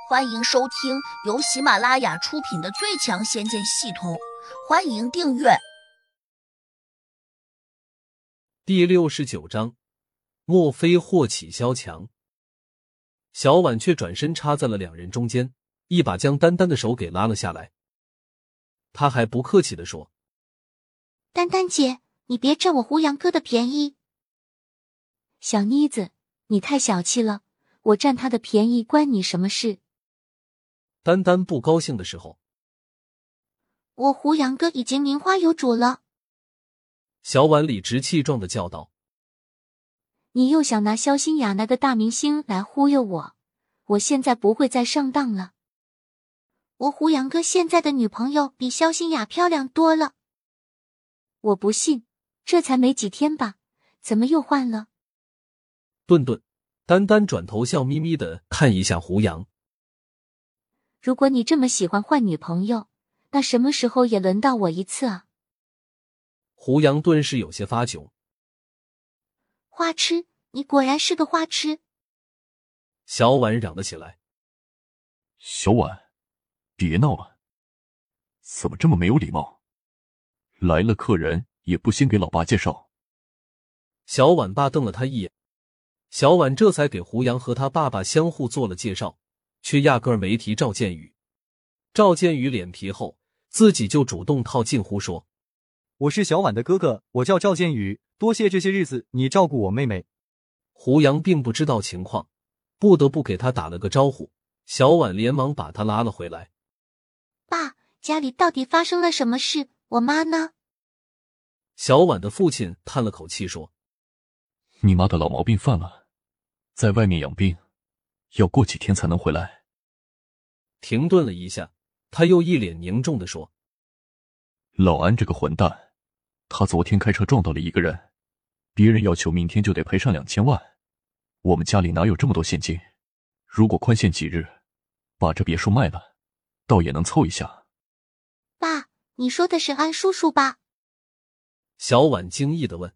欢迎收听由喜马拉雅出品的《最强仙剑系统》，欢迎订阅。 第69章，莫非祸起萧墙？小婉却转身插在了两人中间，一把将丹丹的手给拉了下来。她还不客气地说：“ 丹丹姐，你别占我胡杨哥的便宜。”小妮子，你太小气了，我占他的便宜关你什么事？ 丹丹不高兴的时候， 我胡杨哥已经名花有主了。 小婉理直气壮地叫道：“ 你又想拿萧欣雅那个大明星来忽悠我，我现在不会再上当了。我胡杨哥现在的女朋友比萧欣雅漂亮多了。我不信，这才没几天吧，怎么又换了？” 顿顿，丹丹转头笑眯眯地看一下胡杨。 如果你这么喜欢换女朋友，那什么时候也轮到我一次啊？ 胡杨顿时有些发窘。 花痴，你果然是个花痴！ 小婉嚷了起来。 小婉，别闹了，怎么这么没有礼貌？来了客人也不先给老爸介绍。 小婉爸瞪了他一眼，小婉这才给胡杨和他爸爸相互做了介绍，却压根儿没提赵建宇。赵建宇脸皮厚，自己就主动套近乎说：“ 我是小婉的哥哥，我叫赵建宇，多谢这些日子你照顾我妹妹。” 胡杨并不知道情况，不得不给他打了个招呼。小婉连忙把他拉了回来。 爸，家里到底发生了什么事？我妈呢？ 小婉的父亲叹了口气说：“ 你妈的老毛病犯了，在外面养病，要过几天才能回来。” 停顿了一下，他又一脸凝重地说：“ 老安这个混蛋，他昨天开车撞到了一个人，别人要求明天就得赔上2000万，我们家里哪有这么多现金？如果宽限几日，把这别墅卖了，倒也能凑一下。” 爸，你说的是安叔叔吧？ 小婉惊异地问。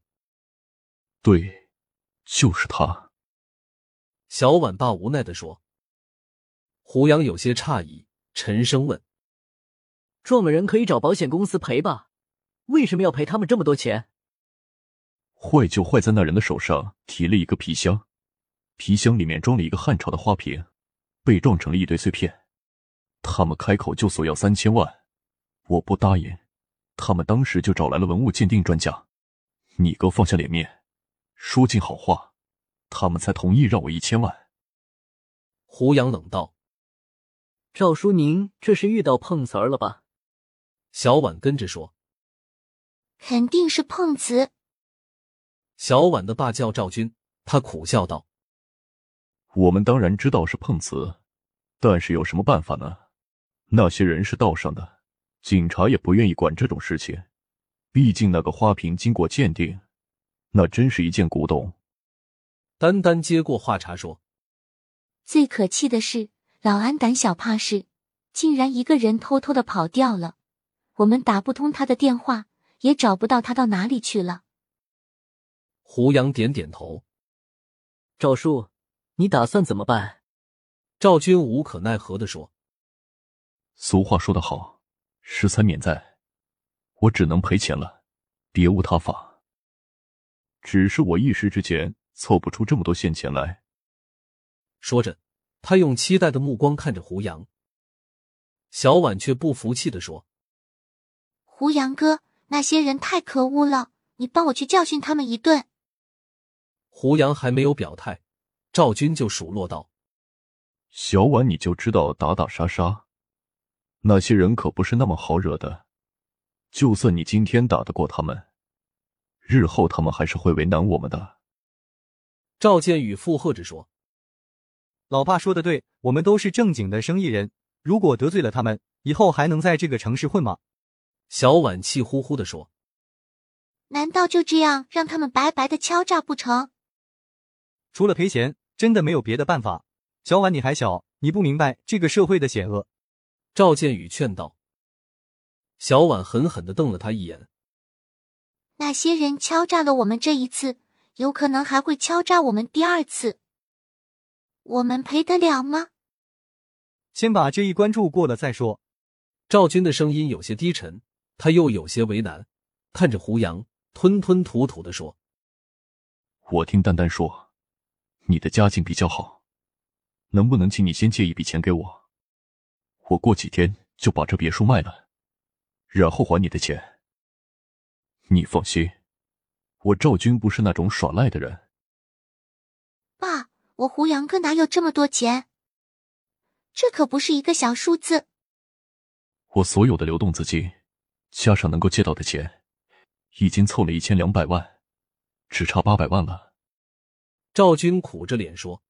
“对，就是他。” 小婉爸无奈地说。胡杨有些诧异，沉声问：“ 撞了人可以找保险公司赔吧？为什么要赔他们这么多钱？” 坏就坏在那人的手上提了一个皮箱，皮箱里面装了一个汉朝的花瓶，被撞成了一堆碎片。他们开口就索要3000万，我不答应，他们当时就找来了文物鉴定专家。你哥放下脸面，说尽好话，他们才同意让我1000万。 胡杨冷道：“ 赵叔您这是遇到碰瓷儿了吧？” 小婉跟着说：“ 肯定是碰瓷。” 小婉的爸叫赵军，他苦笑道：“ 我们当然知道是碰瓷，但是有什么办法呢？那些人是道上的，警察也不愿意管这种事情。毕竟那个花瓶经过鉴定，那真是一件古董。” 丹丹接过话茬说：“ 最可气的是，老安胆小怕事，竟然一个人偷偷的跑掉了。我们打不通他的电话，也找不到他到哪里去了。” 胡杨点点头：“ 赵叔，你打算怎么办？” 赵军无可奈何地说：“ 俗话说得好，失财免灾，我只能赔钱了，别无他法。只是我一时之间凑不出这么多现钱来。” 说着，他用期待的目光看着胡杨。小婉却不服气地说：“ 胡杨哥，那些人太可恶了，你帮我去教训他们一顿。” 胡杨还没有表态，赵军就数落道：“ 小婉你就知道打打杀杀，那些人可不是那么好惹的。就算你今天打得过他们，日后他们还是会为难我们的。” 赵建宇附和着说：“ 老爸说的对，我们都是正经的生意人，如果得罪了他们，以后还能在这个城市混吗？” 小婉气呼呼地说：“ 难道就这样让他们白白的敲诈不成？” 除了赔钱，真的没有别的办法。小婉你还小，你不明白这个社会的险恶。 赵建宇劝道。小婉狠狠地瞪了他一眼：“ 那些人敲诈了我们这一次，有可能还会敲诈我们第二次。我们赔得了吗？” 先把这一关注过了再说。 赵军的声音有些低沉，他又有些为难，看着胡杨，吞吞吐吐地说：“ 我听丹丹说，你的家境比较好，能不能请你先借一笔钱给我？我过几天就把这别墅卖了，然后还你的钱。你放心，我赵军不是那种耍赖的人。” 爸，我胡杨哥哪有这么多钱？这可不是一个小数字。 我所有的流动资金，加上能够借到的钱，已经凑了1200万，只差800万了。 赵军苦着脸说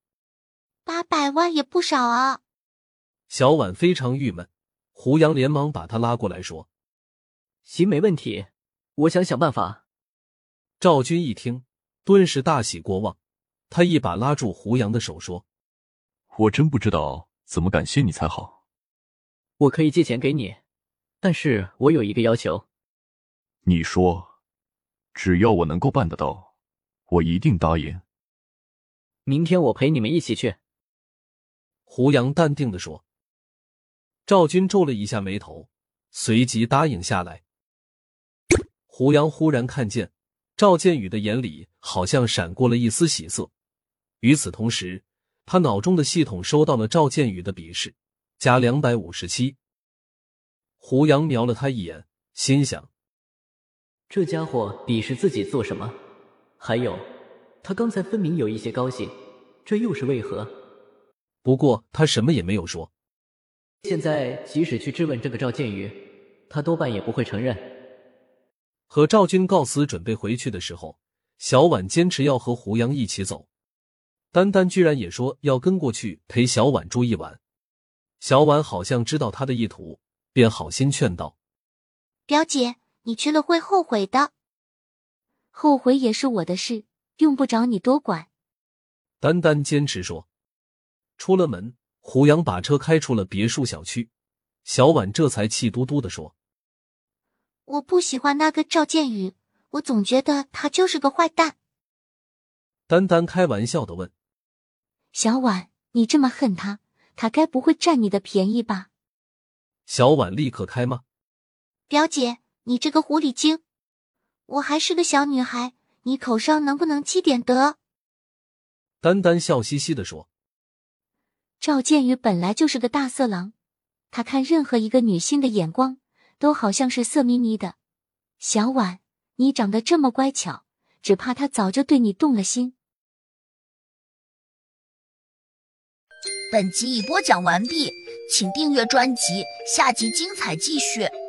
800万也不少啊。 小婉非常郁闷，胡杨连忙把他拉过来说：“ 行，没问题，我想想办法。” 赵军一听，顿时大喜过望，他一把拉住胡杨的手说：“ 我真不知道怎么感谢你才好。 我可以借钱给你，但是我有一个要求。” 你说，只要我能够办得到，我一定答应。 明天我陪你们一起去。” 胡杨淡定地说。赵军皱了一下眉头，随即答应下来。胡杨忽然看见赵建宇的眼里好像闪过了一丝喜色，与此同时，他脑中的系统收到了赵建宇的笔试，加257。胡杨瞄了他一眼，心想： 这家伙笔试自己做什么？还有，他刚才分明有一些高兴，这又是为何？ 不过他什么也没有说。 现在即使去质问这个赵建宇，他多半也不会承认。 和赵军告辞准备回去的时候，小婉坚持要和胡杨一起走，丹丹居然也说要跟过去陪小婉住一晚。小婉好像知道他的意图，便好心劝道：“ 表姐，你去了会后悔的。”“后悔也是我的事，用不着你多管。” 丹丹坚持说。出了门，胡杨把车开出了别墅小区，小婉这才气嘟嘟地说：“ 我不喜欢那个赵建宇，我总觉得他就是个坏蛋。” 丹丹开玩笑地问：“ 小婉，你这么恨他，他该不会占你的便宜吧？” 小婉立刻开骂：“ 表姐，你这个狐狸精！我还是个小女孩，你口上能不能积点德？” 丹丹笑嘻嘻地说：“ 赵建宇本来就是个大色狼，他看任何一个女性的眼光都好像是色眯眯的。小婉，你长得这么乖巧，只怕他早就对你动了心。” 本集已播讲完毕，请订阅专辑，下集精彩继续。